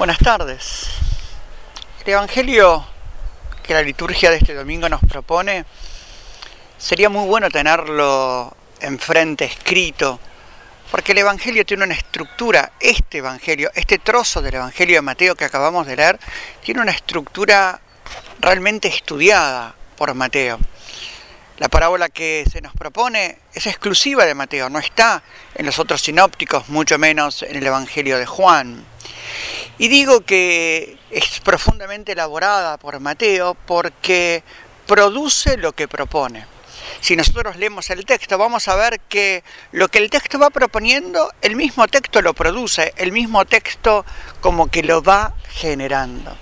Buenas tardes. El Evangelio que la liturgia de este domingo nos propone, sería muy bueno tenerlo enfrente escrito, porque el Evangelio tiene una estructura. Este Evangelio, este trozo del Evangelio de Mateo que acabamos de leer, tiene una estructura realmente estudiada por Mateo. La parábola que se nos propone es exclusiva de Mateo, no está en los otros sinópticos, mucho menos en el Evangelio de Juan. Y digo que es profundamente elaborada por Mateo porque produce lo que propone. Si nosotros leemos el texto, vamos a ver que lo que el texto va proponiendo, el mismo texto lo produce, el mismo texto como que lo va generando.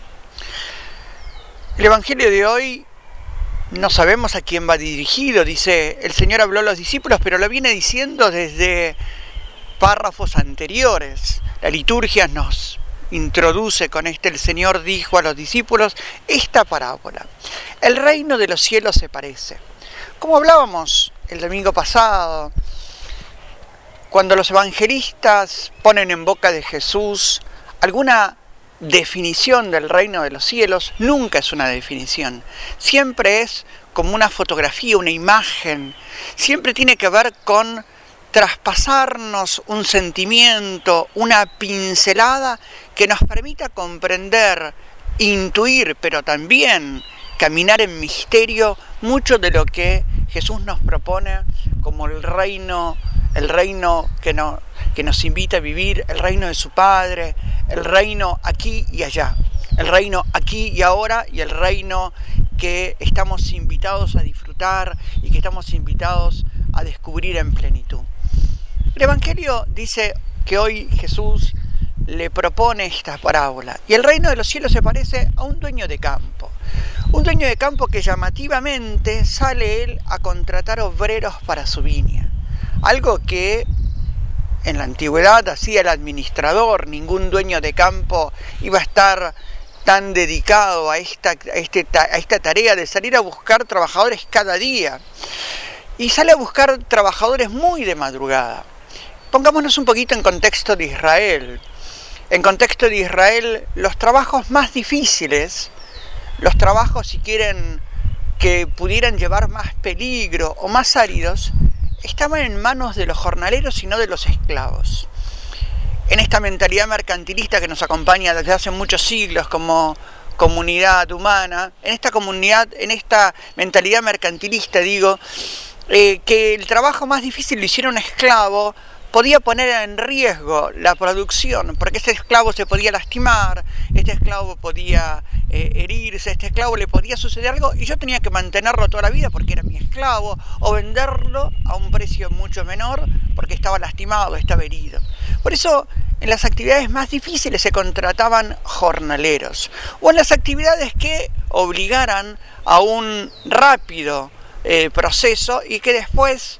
El Evangelio de hoy no sabemos a quién va dirigido. Dice, el Señor habló a los discípulos, pero lo viene diciendo desde párrafos anteriores. La liturgia nos introduce con el Señor dijo a los discípulos esta parábola. El reino de los cielos se parece. Como hablábamos el domingo pasado, cuando los evangelistas ponen en boca de Jesús alguna definición del reino de los cielos, nunca es una definición. Siempre es como una fotografía, una imagen. Siempre tiene que ver con traspasarnos un sentimiento, una pincelada que nos permita comprender, intuir, pero también caminar en misterio mucho de lo que Jesús nos propone como el reino que nos invita a vivir, el reino de su Padre, el reino aquí y allá, el reino aquí y ahora y el reino que estamos invitados a disfrutar y que estamos invitados a descubrir en plenitud. El Evangelio dice que hoy Jesús le propone esta parábola y el reino de los cielos se parece a un dueño de campo. Un dueño de campo que llamativamente sale él a contratar obreros para su viña. Algo que en la antigüedad hacía el administrador. Ningún dueño de campo iba a estar tan dedicado a esta tarea de salir a buscar trabajadores cada día. Y sale a buscar trabajadores muy de madrugada. Pongámonos un poquito en contexto de Israel. En contexto de Israel, los trabajos más difíciles, los trabajos, si quieren, que pudieran llevar más peligro o más áridos, estaban en manos de los jornaleros y no de los esclavos. En esta mentalidad mercantilista que nos acompaña desde hace muchos siglos como comunidad humana, en esta mentalidad mercantilista digo, que el trabajo más difícil lo hiciera un esclavo, podía poner en riesgo la producción, porque este esclavo se podía lastimar, este esclavo podía herirse, este esclavo le podía suceder algo y yo tenía que mantenerlo toda la vida porque era mi esclavo, o venderlo a un precio mucho menor porque estaba lastimado, estaba herido. Por eso en las actividades más difíciles se contrataban jornaleros, o en las actividades que obligaran a un rápido proceso y que después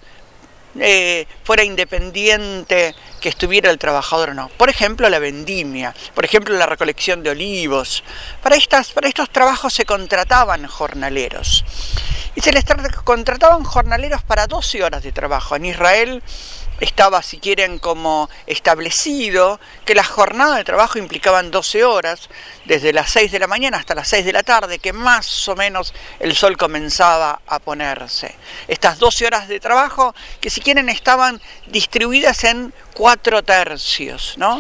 fuera independiente que estuviera el trabajador o no. Por ejemplo, la vendimia, por ejemplo, la recolección de olivos. Para estos trabajos se contrataban jornaleros. Y se les contrataban jornaleros para 12 horas de trabajo. En Israel estaba, si quieren, como establecido que las jornadas de trabajo implicaban 12 horas, desde las 6 de la mañana hasta las 6 de la tarde, que más o menos el sol comenzaba a ponerse. Estas 12 horas de trabajo, que si quieren estaban distribuidas en 4 tercios, ¿no?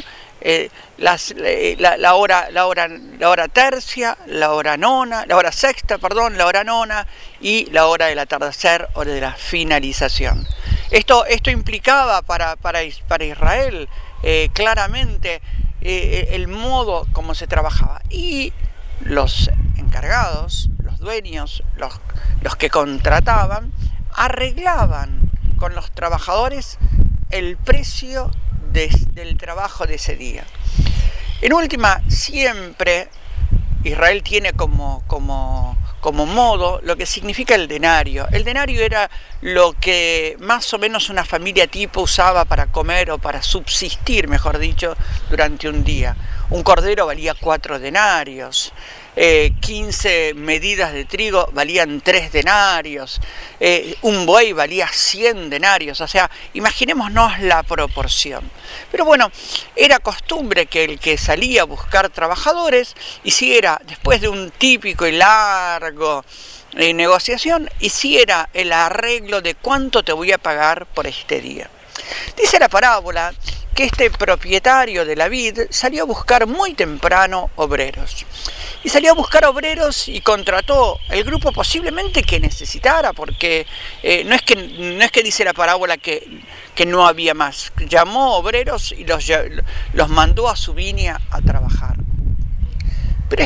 La hora tercia, la hora sexta, la hora nona y la hora del atardecer o de la finalización. Esto implicaba para Israel claramente el modo como se trabajaba. Y los encargados, los dueños, los que contrataban, arreglaban con los trabajadores el precio del trabajo de ese día. En última, siempre Israel tiene como modo lo que significa el denario. El denario era lo que más o menos una familia tipo usaba para comer o para subsistir, mejor dicho, durante un día. Un cordero valía 4 denarios. 15 medidas de trigo valían 3 denarios, un buey valía 100 denarios, o sea, imaginémonos la proporción. Pero bueno, era costumbre que el que salía a buscar trabajadores hiciera, después de un típico y largo negociación, hiciera el arreglo de cuánto te voy a pagar por este día. Dice la parábola que este propietario de la vid salió a buscar muy temprano obreros. Y salió a buscar obreros y contrató el grupo posiblemente que necesitara, porque no es que dice la parábola que no había más. Llamó obreros y los mandó a su viña a trabajar. Pero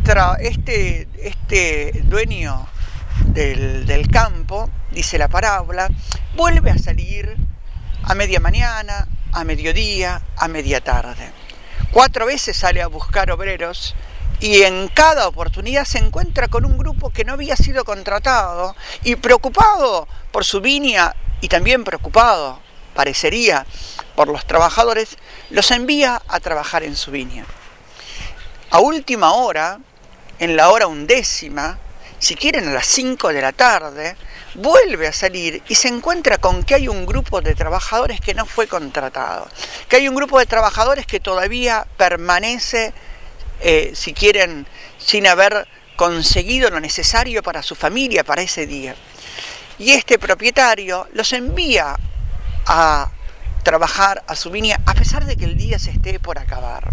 este dueño del campo, dice la parábola, vuelve a salir a media mañana, a mediodía, a media tarde. 4 veces sale a buscar obreros y en cada oportunidad se encuentra con un grupo que no había sido contratado y preocupado por su viña y también preocupado, parecería, por los trabajadores, los envía a trabajar en su viña. A última hora, en la hora 11, si quieren a las 5 de la tarde, vuelve a salir y se encuentra con que hay un grupo de trabajadores que no fue contratado, que hay un grupo de trabajadores que todavía permanece, si quieren, sin haber conseguido lo necesario para su familia, para ese día. Y este propietario los envía a trabajar a su viña a pesar de que el día se esté por acabar.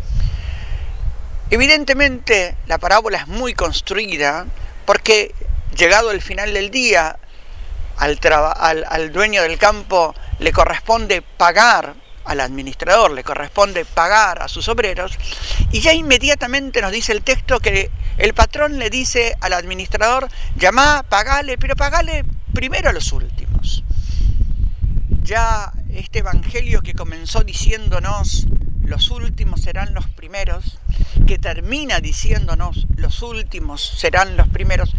Evidentemente la parábola es muy construida porque llegado el final del día al dueño del campo le corresponde pagar, al administrador le corresponde pagar a sus obreros, y ya inmediatamente nos dice el texto que el patrón le dice al administrador: llamá, pagale, pero pagale primero a los últimos. Ya este evangelio que comenzó diciéndonos los últimos serán los primeros, que termina diciéndonos los últimos serán los primeros,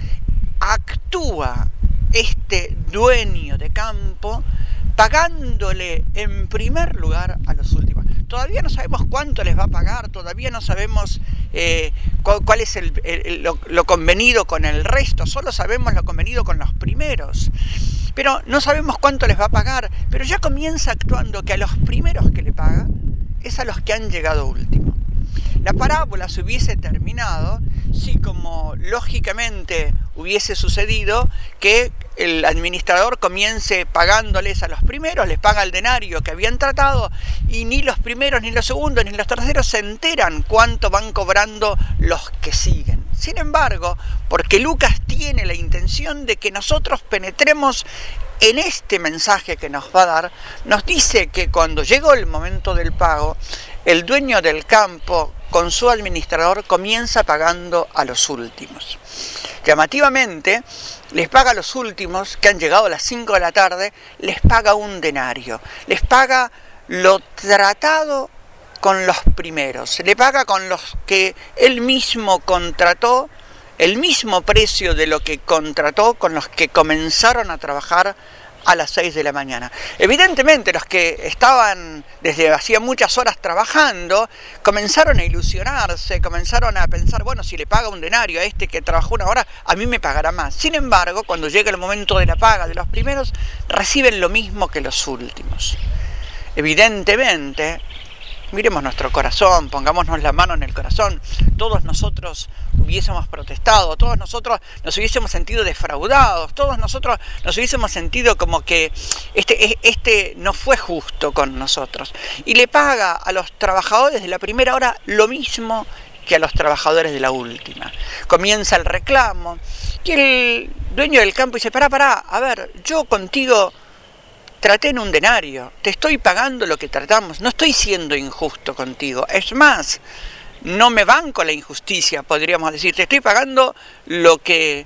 actúa este dueño de campo pagándole en primer lugar a los últimos. Todavía no sabemos cuánto les va a pagar, todavía no sabemos cuál es lo convenido con el resto, solo sabemos lo convenido con los primeros. Pero no sabemos cuánto les va a pagar, pero ya comienza actuando que a los primeros que le paga es a los que han llegado último. La parábola se hubiese terminado si, como lógicamente hubiese sucedido, que el administrador comience pagándoles a los primeros, les paga el denario que habían tratado, y ni los primeros, ni los segundos, ni los terceros se enteran cuánto van cobrando los que siguen. Sin embargo, porque Lucas tiene la intención de que nosotros penetremos en este mensaje que nos va a dar, nos dice que cuando llegó el momento del pago, el dueño del campo con su administrador comienza pagando a los últimos. Llamativamente, les paga a los últimos, que han llegado a las 5 de la tarde, les paga un denario, les paga lo tratado con los primeros, le paga con los que él mismo contrató, el mismo precio de lo que contrató con los que comenzaron a trabajar a las 6 de la mañana. Evidentemente los que estaban desde hacía muchas horas trabajando comenzaron a ilusionarse, comenzaron a pensar, bueno, si le paga un denario a este que trabajó 1 hora, a mí me pagará más. Sin embargo, cuando llega el momento de la paga de los primeros, reciben lo mismo que los últimos. Evidentemente, miremos nuestro corazón, pongámonos la mano en el corazón, todos nosotros hubiésemos protestado, todos nosotros nos hubiésemos sentido defraudados, todos nosotros nos hubiésemos sentido como que este no fue justo con nosotros. Y le paga a los trabajadores de la primera hora lo mismo que a los trabajadores de la última. Comienza el reclamo y el dueño del campo dice: pará, a ver, yo contigo traté en un denario, te estoy pagando lo que tratamos, no estoy siendo injusto contigo, es más, no me banco la injusticia, podríamos decir, te estoy pagando lo que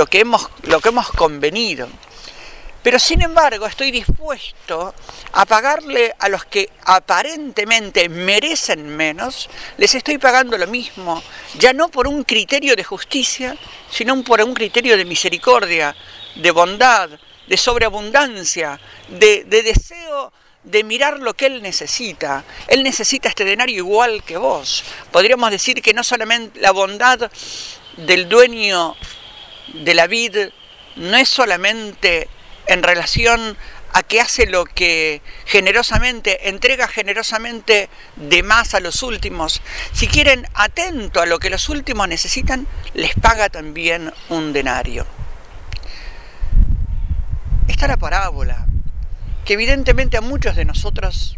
hemos convenido. Pero sin embargo estoy dispuesto a pagarle a los que aparentemente merecen menos, les estoy pagando lo mismo, ya no por un criterio de justicia, sino por un criterio de misericordia, de bondad, de sobreabundancia, de deseo de mirar lo que él necesita. Él necesita este denario igual que vos. Podríamos decir que no solamente la bondad del dueño de la vid no es solamente en relación a que hace lo que generosamente, entrega generosamente de más a los últimos. Si quieren, atento a lo que los últimos necesitan, les paga también un denario. Está la parábola, que evidentemente a muchos de nosotros,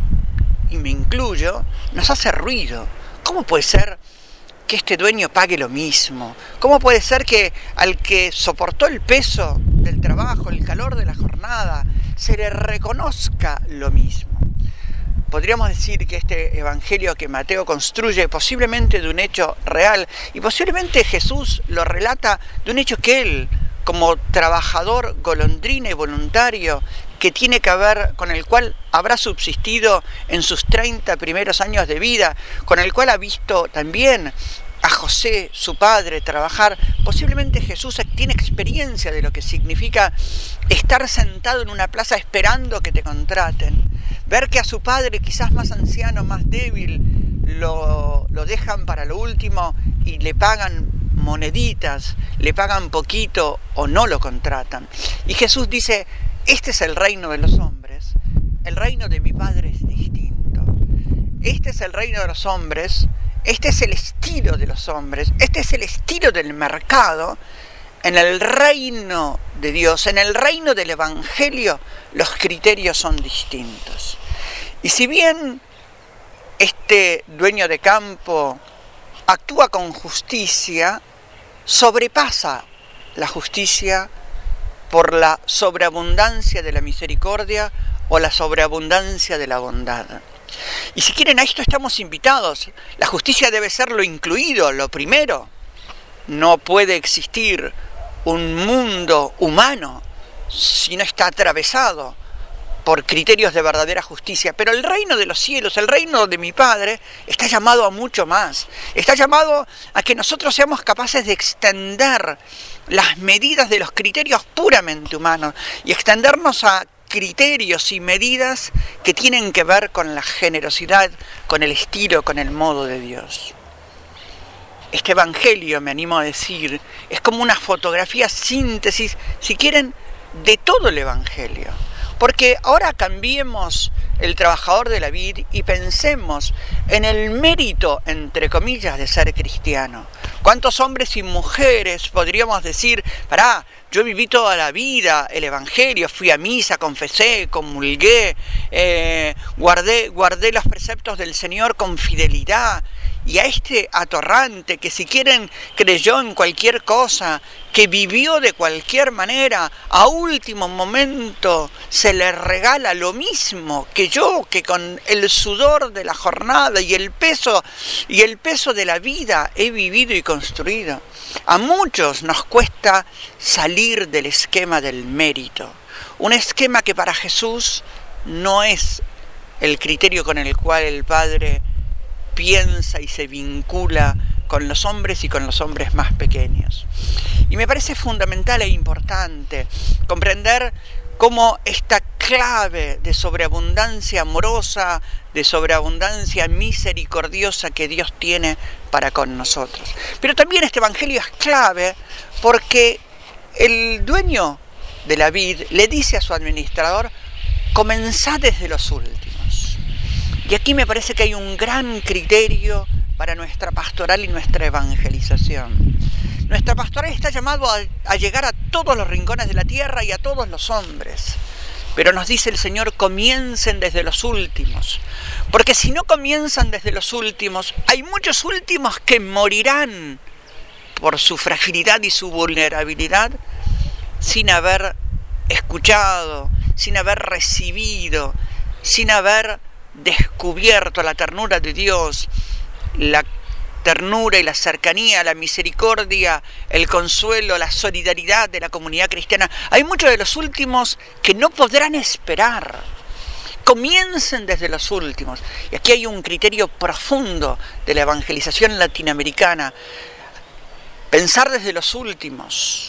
y me incluyo, nos hace ruido. ¿Cómo puede ser que este dueño pague lo mismo? ¿Cómo puede ser que al que soportó el peso del trabajo, el calor de la jornada, se le reconozca lo mismo? Podríamos decir que este evangelio que Mateo construye posiblemente de un hecho real, y posiblemente Jesús lo relata de un hecho que él, como trabajador golondrina y voluntario, que tiene que ver, con el cual habrá subsistido en sus 30 primeros años de vida, con el cual ha visto también a José, su padre, trabajar. Posiblemente Jesús tiene experiencia de lo que significa estar sentado en una plaza esperando que te contraten, ver que a su padre, quizás más anciano, más débil, lo dejan para lo último y le pagan moneditas, le pagan poquito o no lo contratan. Y Jesús dice: este es el reino de los hombres, el reino de mi Padre es distinto. Este es el reino de los hombres, este es el estilo de los hombres, este es el estilo del mercado. En el reino de Dios, en el reino del Evangelio, los criterios son distintos. Y si bien este dueño de campo actúa con justicia, sobrepasa la justicia por la sobreabundancia de la misericordia o la sobreabundancia de la bondad. Y si quieren, a esto estamos invitados. La justicia debe ser lo incluido, lo primero. No puede existir un mundo humano si no está atravesado por criterios de verdadera justicia. Pero el reino de los cielos, el reino de mi Padre, está llamado a mucho más. Está llamado a que nosotros seamos capaces de extender las medidas de los criterios puramente humanos y extendernos a criterios y medidas que tienen que ver con la generosidad, con el estilo, con el modo de Dios. Este evangelio, me animo a decir, es como una fotografía síntesis, si quieren, de todo el evangelio. Porque ahora cambiemos el trabajador de la vid y pensemos en el mérito, entre comillas, de ser cristiano. ¿Cuántos hombres y mujeres podríamos decir: pará, yo viví toda la vida el evangelio, fui a misa, confesé, comulgué, guardé los preceptos del Señor con fidelidad? Y a este atorrante que, si quieren, creyó en cualquier cosa, que vivió de cualquier manera, a último momento se le regala lo mismo que yo, que con el sudor de la jornada y el peso de la vida he vivido y construido. A muchos nos cuesta salir del esquema del mérito, un esquema que para Jesús no es el criterio con el cual el Padre piensa y se vincula con los hombres y con los hombres más pequeños. Y me parece fundamental e importante comprender cómo esta clave de sobreabundancia amorosa, de sobreabundancia misericordiosa que Dios tiene para con nosotros. Pero también este evangelio es clave porque el dueño de la vid le dice a su administrador: comenzá desde los últimos. Y aquí me parece que hay un gran criterio para nuestra pastoral y nuestra evangelización. Nuestra pastoral está llamado a llegar a todos los rincones de la tierra y a todos los hombres. Pero nos dice el Señor: comiencen desde los últimos. Porque si no comienzan desde los últimos, hay muchos últimos que morirán por su fragilidad y su vulnerabilidad sin haber escuchado, sin haber recibido, sin haber descubierto la ternura de Dios, la ternura y la cercanía, la misericordia, el consuelo, la solidaridad de la comunidad cristiana. Hay muchos de los últimos que no podrán esperar. Comiencen desde los últimos. Y aquí hay un criterio profundo de la evangelización latinoamericana. Pensar desde los últimos,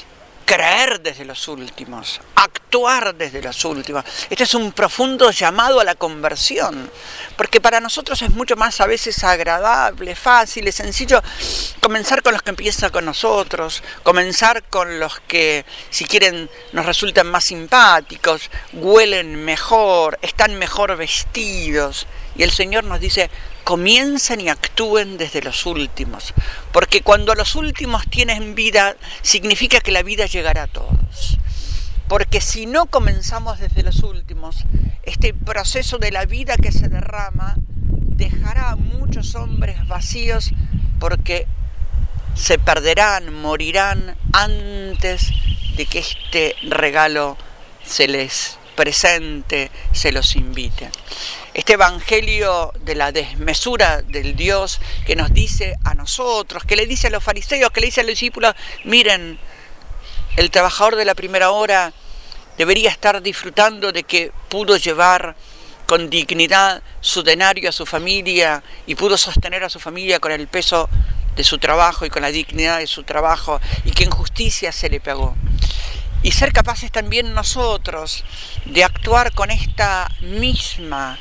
creer desde los últimos, actuar desde los últimos. Este es un profundo llamado a la conversión, porque para nosotros es mucho más a veces agradable, fácil y sencillo comenzar con los que empiezan con nosotros, comenzar con los que, si quieren, nos resultan más simpáticos, huelen mejor, están mejor vestidos. Y el Señor nos dice: comiencen y actúen desde los últimos, porque cuando los últimos tienen vida, significa que la vida llegará a todos. Porque si no comenzamos desde los últimos, este proceso de la vida que se derrama dejará a muchos hombres vacíos, porque se perderán, morirán antes de que este regalo se les presente, se los invite. Este evangelio de la desmesura del Dios que nos dice a nosotros, que le dice a los fariseos, que le dice a los discípulos: miren, el trabajador de la primera hora debería estar disfrutando de que pudo llevar con dignidad su denario a su familia y pudo sostener a su familia con el peso de su trabajo y con la dignidad de su trabajo, y que en justicia se le pagó. Y ser capaces también nosotros de actuar con esta misma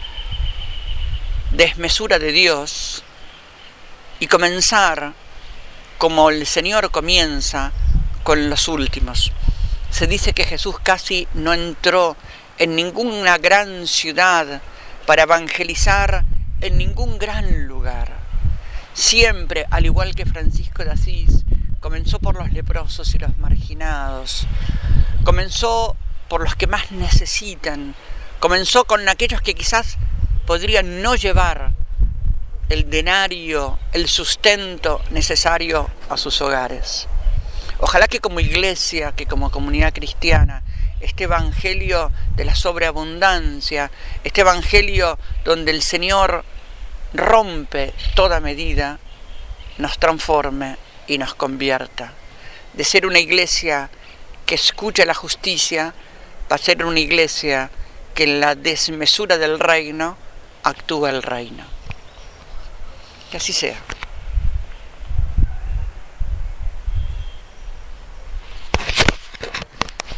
desmesura de Dios y comenzar como el Señor comienza, con los últimos. Se dice que Jesús casi no entró en ninguna gran ciudad para evangelizar en ningún gran lugar. Siempre, al igual que Francisco de Asís, comenzó por los leprosos y los marginados, comenzó por los que más necesitan, comenzó con aquellos que quizás podrían no llevar el denario, el sustento necesario a sus hogares. Ojalá que como iglesia, que como comunidad cristiana, este evangelio de la sobreabundancia, este evangelio donde el Señor rompe toda medida, nos transforme y nos convierta. De ser una iglesia que escucha la justicia, va a ser una iglesia que en la desmesura del reino actúa el reino. Que así sea.